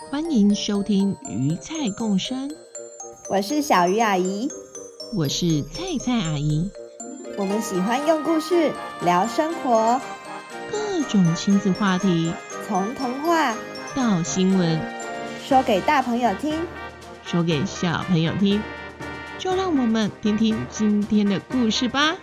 欢迎收听鱼菜共生， 我是小鱼阿姨， 我是菜菜阿姨。 我们喜欢用故事聊生活， 各种亲子话题， 从童话到新闻， 说给大朋友听， 说给小朋友听，就让我们听听今天的故事吧。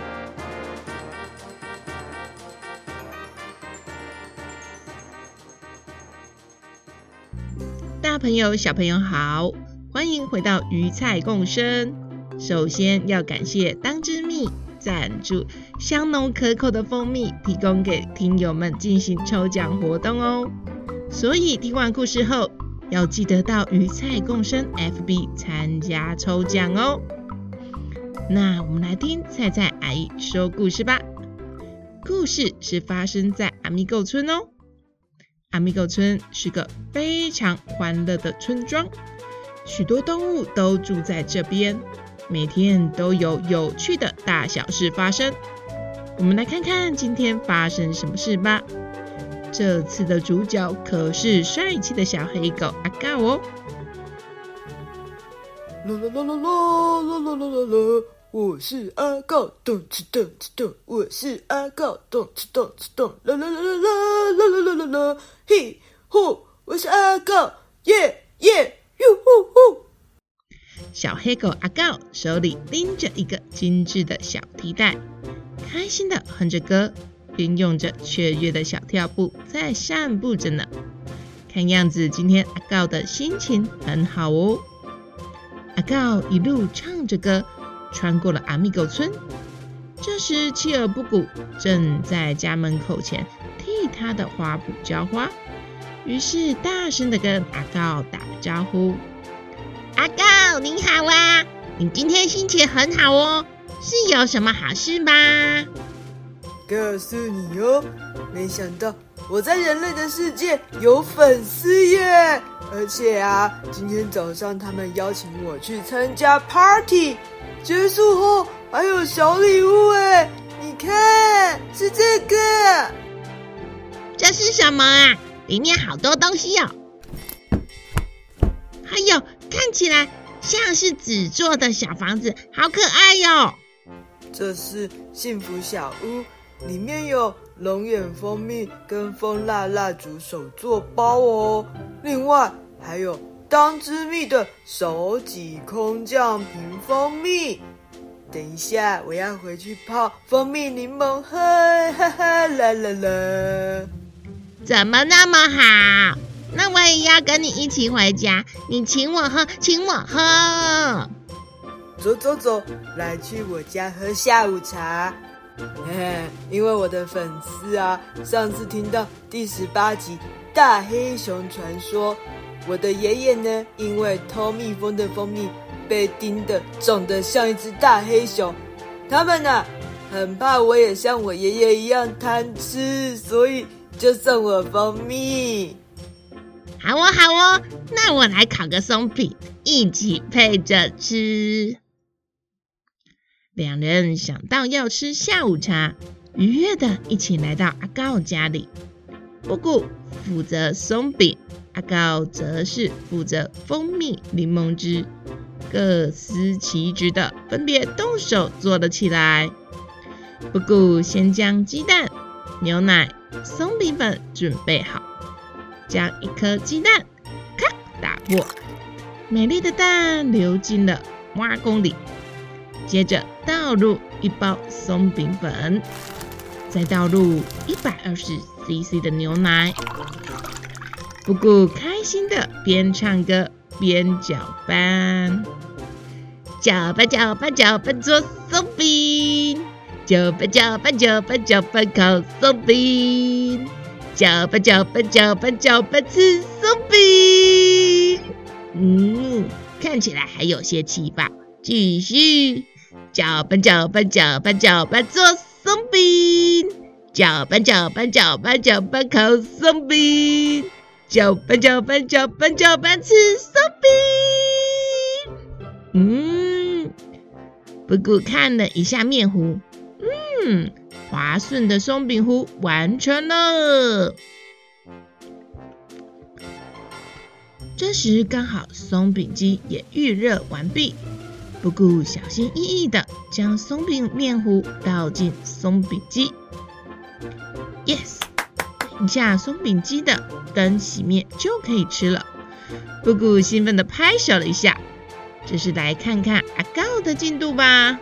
大朋友小朋友好，欢迎回到鱼菜共生。首先要感谢当之蜜赞助香浓可口的蜂蜜，提供给听友们进行抽奖活动哦。所以听完故事后，要记得到鱼菜共生 FB 参加抽奖哦。那我们来听菜菜阿姨说故事吧。故事是发生在阿米狗村哦。阿米狗村是个非常欢乐的村庄，许多动物都住在这边，每天都有有趣的大小事发生。我们来看看今天发生什么事吧。这次的主角可是帅气的小黑狗阿告哦。 啦啦啦啦啦啦啦啦啦啦，我是阿告，动次动次动，我是阿告，动次动次动，啦啦啦啦啦啦啦啦啦，嘿吼，我是阿告，耶耶哟呼呼。 小黑狗阿告手里拎着一个精致的小提袋，开心的哼着歌，并用着雀跃的小跳步在散步着呢。看样子今天阿告的心情很好哦。阿告一路唱着歌，穿过了阿米狗村。这时企鹅布谷正在家门口前替他的花圃浇花，于是大声的跟阿告打招呼：阿告你好啊，你今天心情很好哦，是有什么好事吗？ 告诉你哦，没想到我在人类的世界有粉丝耶！而且啊，今天早上他们邀请我去参加 party， 结束后还有小礼物哎！你看，是这个。 这是什么啊？里面好多东西哦。还有，看起来像是纸做的小房子，好可爱哟！ 这是幸福小屋，里面有龙眼蜂蜜跟蜂蜡蜡烛手做包哦。另外还有当之蜜的手挤空降瓶蜂蜜。等一下，我要回去泡蜂蜜柠檬喝，哈哈啦啦啦！ 怎么那么好？那我也要跟你一起回家，你请我喝，请我喝。 走走走，来去我家喝下午茶。因为我的粉丝啊，上次听到第18集大黑熊传说，我的爷爷呢，因为偷蜜蜂的蜂蜜被叮得肿得像一只大黑熊，他们啊很怕我也像我爷爷一样贪吃，所以就送我蜂蜜。 好哦好哦，那我来烤个松饼，一起配着吃。两人想到要吃下午茶，愉悦的一起来到阿告家里。布谷负责松饼，阿告则是负责蜂蜜柠檬汁，各司其职的分别动手做了起来。布谷先将鸡蛋、牛奶、松饼粉准备好，将一颗鸡蛋咔打破，美丽的蛋流进了挖工里，接着倒入一包松饼粉，再倒入120cc 的牛奶。布谷开心的边唱歌边搅拌，搅拌搅拌搅拌做松饼，搅拌搅拌搅拌搅拌烤松饼，搅拌搅拌搅拌搅拌吃松饼。看起来还有些气泡，继续搅拌搅拌搅拌搅拌做松饼，搅拌搅拌搅拌搅拌烤松饼，搅拌搅拌搅拌搅拌吃松饼。布谷看了一下面糊，滑顺的松饼糊完成了。 这时刚好松饼机也预热完毕，布谷小心翼翼地将松饼面糊倒进松饼机。Yes， 等一下松饼机的灯熄灭就可以吃了。布谷兴奋地拍手了一下，这是来看看阿告的进度吧。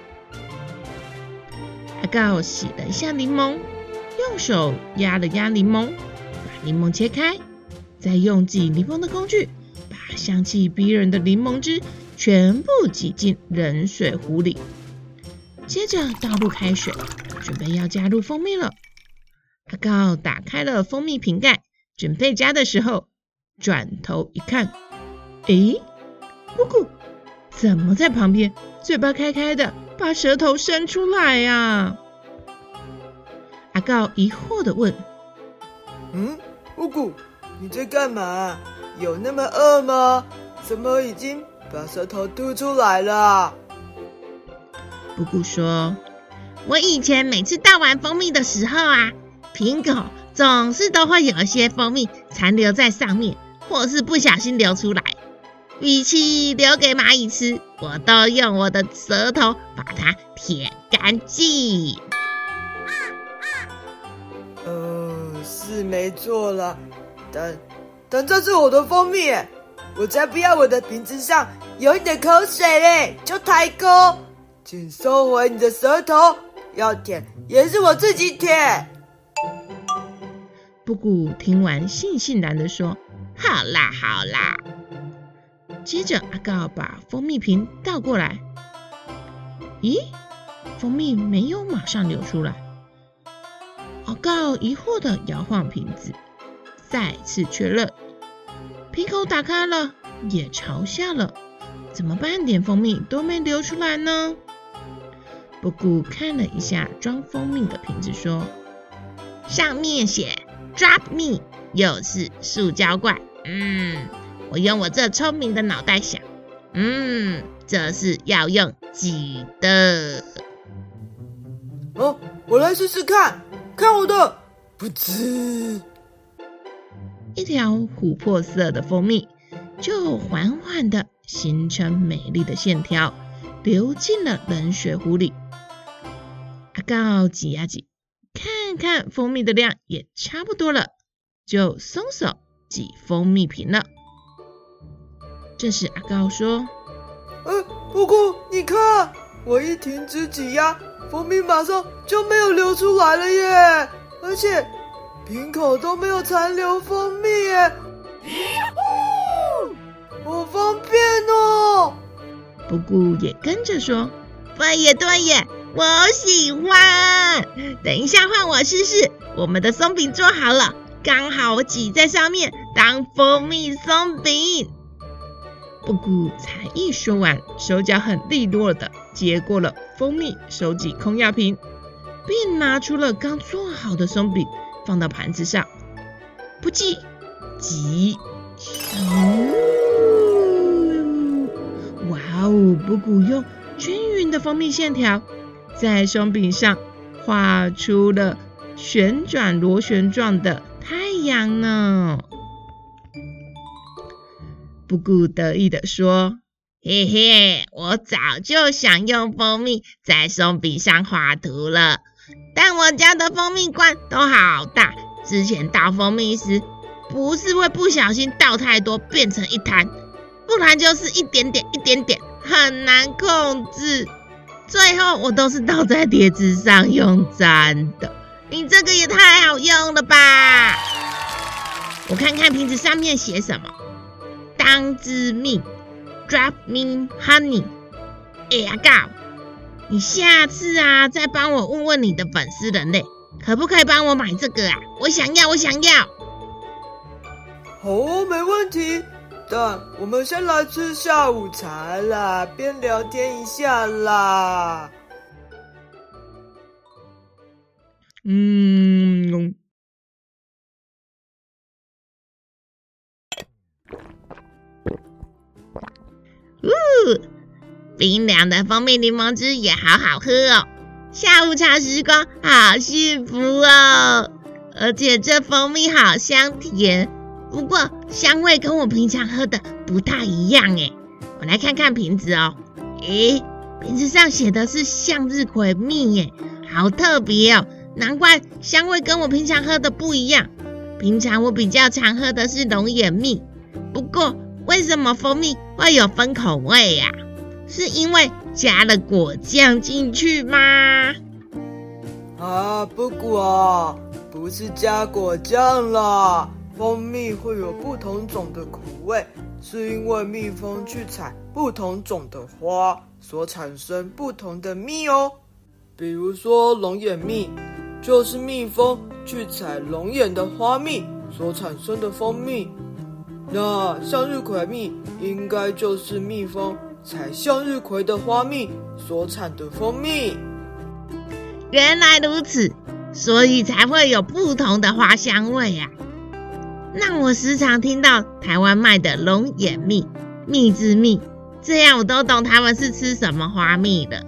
阿告洗了一下柠檬，用手压了压柠檬，把柠檬切开，再用挤柠檬的工具把香气逼人的柠檬汁全部挤进冷水壶里，接着倒入开水，准备要加入蜂蜜了。阿告打开了蜂蜜瓶盖，准备加的时候，转头一看，诶，布谷怎么在旁边嘴巴开开的，把舌头伸出来呀？阿告疑惑地问： 布谷，你在干嘛？有那么饿吗？怎么已经把舌头吐出来了？ 布谷说：我以前每次倒完蜂蜜的时候啊，瓶口总是都会有一些蜂蜜残留在上面，或是不小心流出来。与其留给蚂蚁吃，我都用我的舌头把它舔干净。 是没错啦，但这是我的蜂蜜耶，我才不要我的瓶子上有一点口水嘞，就抬高，请收回你的舌头，要舔也是我自己舔。 布谷听完悻悻然地说：好啦好啦。接着阿告把蜂蜜瓶倒过来，咦，蜂蜜没有马上流出来。阿告疑惑地摇晃瓶子，再次确认，瓶口打开了，也朝下了，怎么半点蜂蜜都没流出来呢？布谷看了一下装蜂蜜的瓶子，说：上面写 Drop Me， 又是塑胶罐。我用我这聪明的脑袋想，这是要用挤的。 我来试试看，看我的，不吱， 一条琥珀色的蜂蜜就缓缓地形成美丽的线条，流进了冷水壶里。阿告挤呀挤，看看蜂蜜的量也差不多了，就松手挤蜂蜜瓶了。这时阿告说： 布谷，你看，我一停止挤压，蜂蜜马上就没有流出来了耶，而且瓶口都没有残留蜂蜜耶，好方便哦。 布谷也跟着说：对耶对耶，我喜欢。等一下换我试试，我们的松饼做好了，刚好我挤在上面当蜂蜜松饼。布谷才一说完，手脚很利落的接过了蜂蜜手挤空压瓶，并拿出了刚做好的松饼放到盘子上，不挤挤，哇哦！布谷用均匀的蜂蜜线条在松饼上画出了旋转螺旋状的太阳呢。布谷得意地说：嘿嘿，我早就想用蜂蜜在松饼上画图了，但我家的蜂蜜罐都好大，之前倒蜂蜜时不是会不小心倒太多变成一滩，不然就是一点点一点点，很难控制，最后我都是倒在碟子上用粘的。你这个也太好用了吧！我看看瓶子上面写什么，Down to me, drop me honey。阿告，你下次啊再帮我问问你的粉丝人类，可不可以帮我买这个啊？我想要。 好哦，没问题。但我们先来吃下午茶啦，边聊天一下啦。 冰凉的蜂蜜柠檬汁也好好喝哦，下午茶时光好幸福哦，而且这蜂蜜好香甜， 不过香味跟我平常喝的不太一样耶。我来看看瓶子哦。瓶子上写的是向日葵蜜耶，好特别哦，难怪香味跟我平常喝的不一样。平常我比较常喝的是龙眼蜜，不过为什么蜂蜜会有分口味呀？是因为加了果酱进去吗？ 不过不是加果酱啦，蜂蜜会有不同种的苦味，是因为蜜蜂去采不同种的花所产生不同的蜜哦。比如说龙眼蜜，就是蜜蜂去采龙眼的花蜜所产生的蜂蜜。那向日葵蜜应该就是蜜蜂采向日葵的花蜜所产的蜂蜜。 原来如此，所以才会有不同的花香味啊。那我时常听到台湾卖的龙眼蜜、蜜汁蜜，这样我都懂他们是吃什么花蜜了。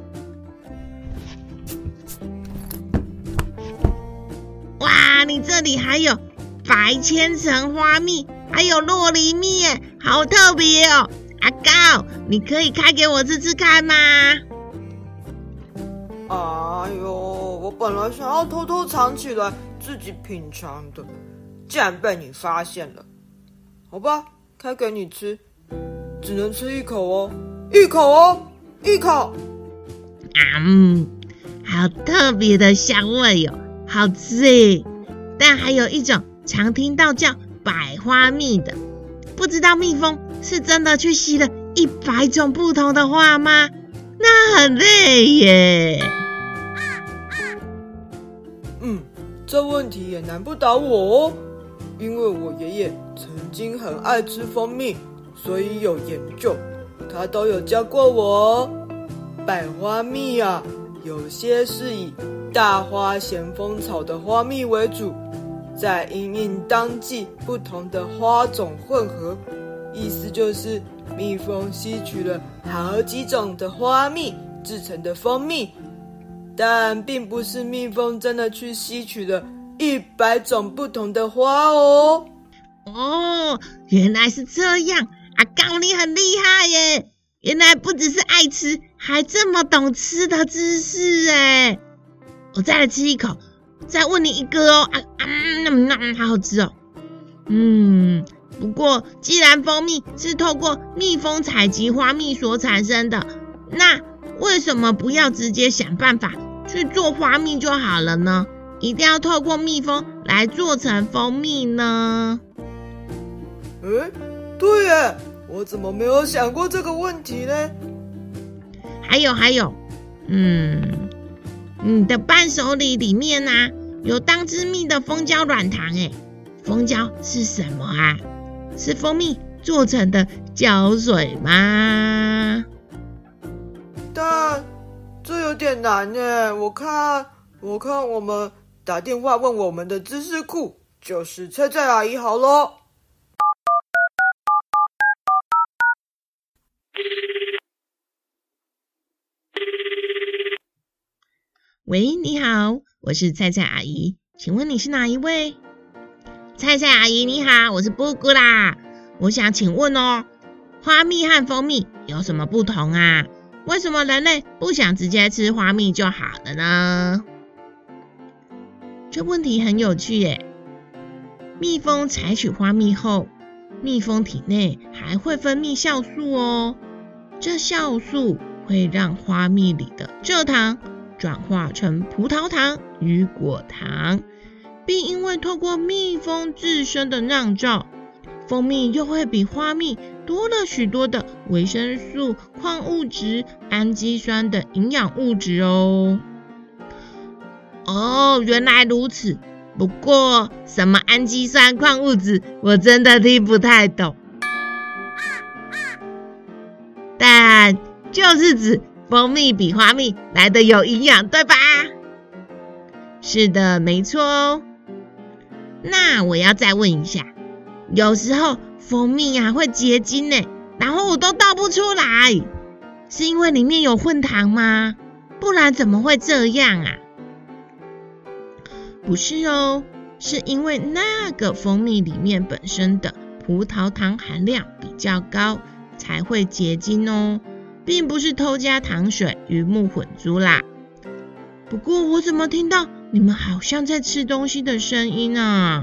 哇，你这里还有白千层花蜜，还有洛梨蜜耶，好特别哦！阿高，你可以开给我吃吃看吗？ 哎呦，我本来想要偷偷藏起来自己品尝的，竟然被你发现了。好吧，开给你吃，只能吃一口哦，一口哦，一口。 好特别的香味哦，好吃耶！但还有一种常听到叫百花蜜的，不知道蜜蜂是真的去吸了100种不同的花吗？那很累耶。 这问题也难不倒我哦，因为我爷爷曾经很爱吃蜂蜜，所以有研究，他都有教过我哦。百花蜜啊，有些是以大花咸丰草的花蜜为主，再因应当季不同的花种混合，意思就是蜜蜂吸取了好几种的花蜜制成的蜂蜜，但并不是蜜蜂真的去吸取了100种不同的花哦。 原来是这样，阿高你很厉害耶！原来不只是爱吃，还这么懂吃的知识耶！我再来吃一口，再问你一个哦，好好吃哦。不过既然蜂蜜是透过蜜蜂采集花蜜所产生的，那为什么不要直接想办法去做花蜜就好了呢？一定要透过蜜蜂来做成蜂蜜呢？ 对耶，我怎么没有想过这个问题呢？ 还有，你的伴手礼里面啊，有当之蜜的蜂胶软糖耶。蜂胶是什么啊？是蜂蜜做成的胶水吗？ 但这有点难耶，我看我们打电话问我们的知识库，就是菜菜阿姨好咯。 喂，你好，我是菜菜阿姨，请问你是哪一位？菜菜阿姨你好，我是布姑啦。我想请问哦，花蜜和蜂蜜有什么不同啊？为什么人类不想直接吃花蜜就好了呢？这问题很有趣耶。蜜蜂采取花蜜后，蜜蜂体内还会分泌酵素哦。这酵素会让花蜜里的蔗糖转化成葡萄糖与果糖，并因为透过蜜蜂自身的酿造，蜂蜜又会比花蜜多了许多的维生素、矿物质、氨基酸的营养物质哦。原来如此。不过什么氨基酸、矿物质，我真的听不太懂。但就是指蜂蜜比花蜜来得有营养，对吧？是的，没错哦。那我要再问一下，有时候蜂蜜会结晶耶，然后我都倒不出来，是因为里面有混糖吗？不然怎么会这样啊？不是哦， 是因为那个蜂蜜里面本身的葡萄糖含量比较高，才会结晶哦，并不是偷加糖水、鱼目混珠啦。不过我怎么听到你们好像在吃东西的声音啊？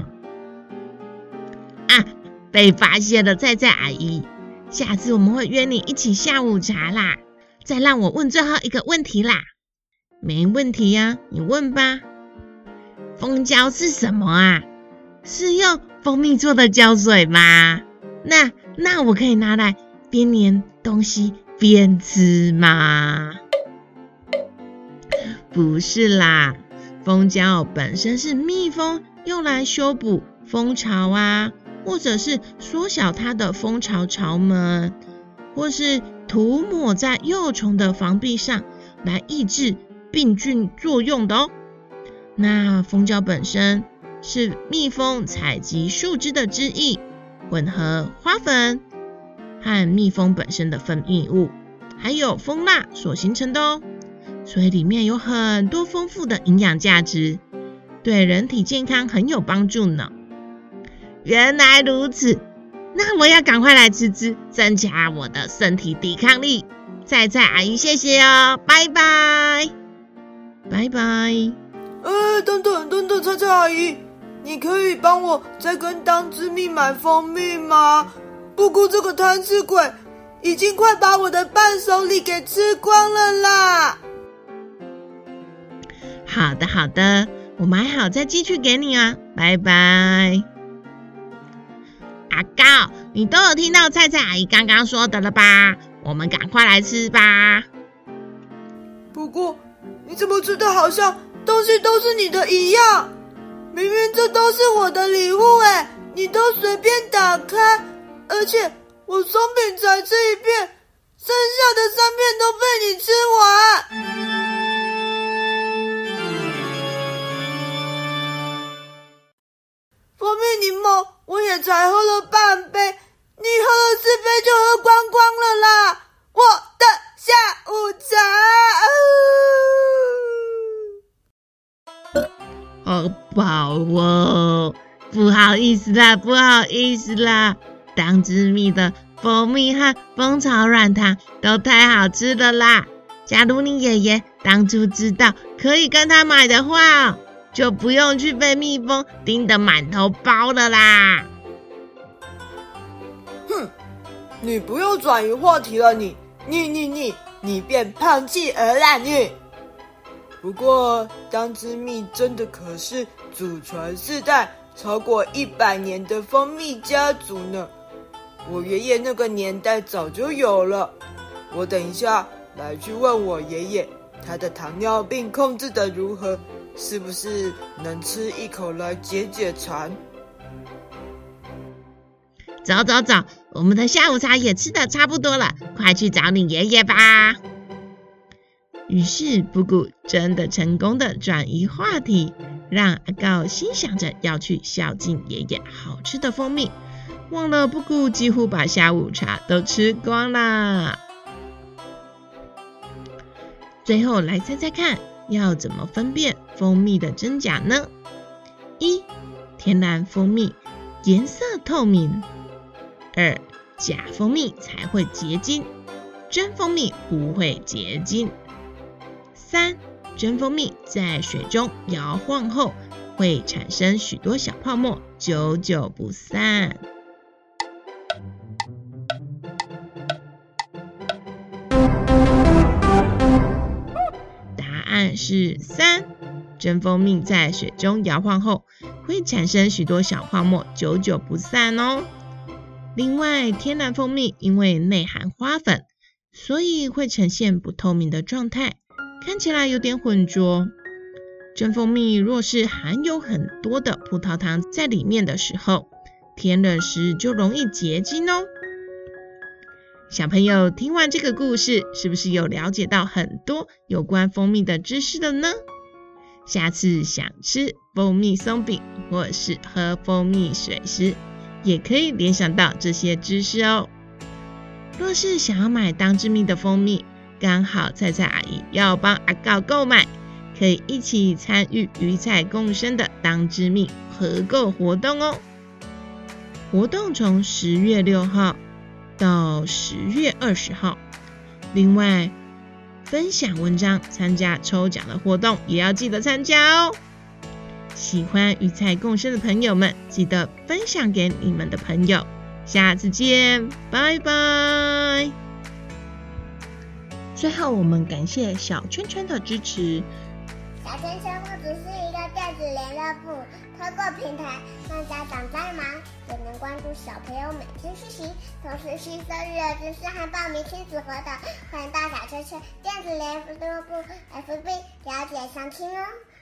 被发现了，菜菜阿姨，下次我们会约你一起下午茶啦。再让我问最后一个问题啦。没问题呀，你问吧。蜂胶是什么啊？是用蜂蜜做的胶水吗？那我可以拿来边粘东西边吃吗？不是啦，蜂胶本身是蜜蜂用来修补蜂巢啊，或者是缩小它的蜂巢巢门，或是涂抹在幼虫的防壁上来抑制病菌作用的哦。那蜂胶本身是蜜蜂采集树枝的汁液，混合花粉和蜜蜂本身的分泌物，还有蜂蜡所形成的哦。所以里面有很多丰富的营养价值，对人体健康很有帮助呢。原来如此，那我要赶快来吃，增加我的身体抵抗力。菜菜阿姨，谢谢哦，拜拜，拜拜。 等等，菜菜阿姨，你可以帮我再跟当之蜜买蜂蜜吗？不过这个贪吃鬼已经快把我的伴手礼给吃光了啦。 好的，我买好再寄去给你啊，拜拜。阿高，你都有听到菜菜阿姨刚刚说的了吧？我们赶快来吃吧。 不过你怎么知道好像东西都是你的一样？明明这都是我的礼物耶，你都随便打开，而且我松饼才吃一片，剩下的3片都被你吃完。蜂蜜柠檬我也才喝了半杯，你喝了4杯就喝光光了啦！我的下午茶， 好饱哦，不好意思啦，当之蜜的蜂蜜和蜂巢软糖都太好吃了啦。假如你爷爷当初知道可以跟他买的话，就不用去被蜜蜂叮得满头包了啦。 哼，你不用转移话题了，你变胖企鹅啦你！不过当之蜜真的可是祖传4代超过100年的蜂蜜家族呢。我爷爷那个年代早就有了。我等一下来去问我爷爷，他的糖尿病控制得如何，是不是能吃一口来解解馋？ 走，我们的下午茶也吃得差不多了，快去找你爷爷吧。于是布谷真的成功的转移话题，让阿告心想着要去孝敬爷爷好吃的蜂蜜，忘了布谷几乎把下午茶都吃光啦。最后来猜猜看，要怎么分辨蜂蜜的真假呢？1. 天然蜂蜜颜色透明。2. 假蜂蜜才会结晶，真蜂蜜不会结晶。3. 真蜂蜜在水中摇晃后会产生许多小泡沫，久久不散。答案是3，真蜂蜜在水中摇晃后会产生许多小泡沫，久久不散哦。另外，天然蜂蜜因为内含花粉，所以会呈现不透明的状态，看起来有点浑浊。真蜂蜜若是含有很多的葡萄糖在里面的时候，天冷时就容易结晶哦。小朋友听完这个故事，是不是有了解到很多有关蜂蜜的知识了呢？下次想吃蜂蜜松饼或是喝蜂蜜水时，也可以联想到这些知识哦。若是想要买当之蜜的蜂蜜，刚好菜菜阿姨要帮阿告购买， 可以一起参与鱼菜共生的当之命合购活动哦。活动从10月6号到10月20号。另外，分享文章、参加抽奖的活动也要记得参加哦。喜欢鱼菜共生的朋友们，记得分享给你们的朋友。下次见，拜拜。最后，我们感谢小圈圈的支持。 小圈圈不只是一个电子联络簿，透过平台让家长在忙，也能关注小朋友每天学习，同时吸收育儿知识和报名亲子活动。欢迎到小圈圈电子联络簿 FB 了解详情哦。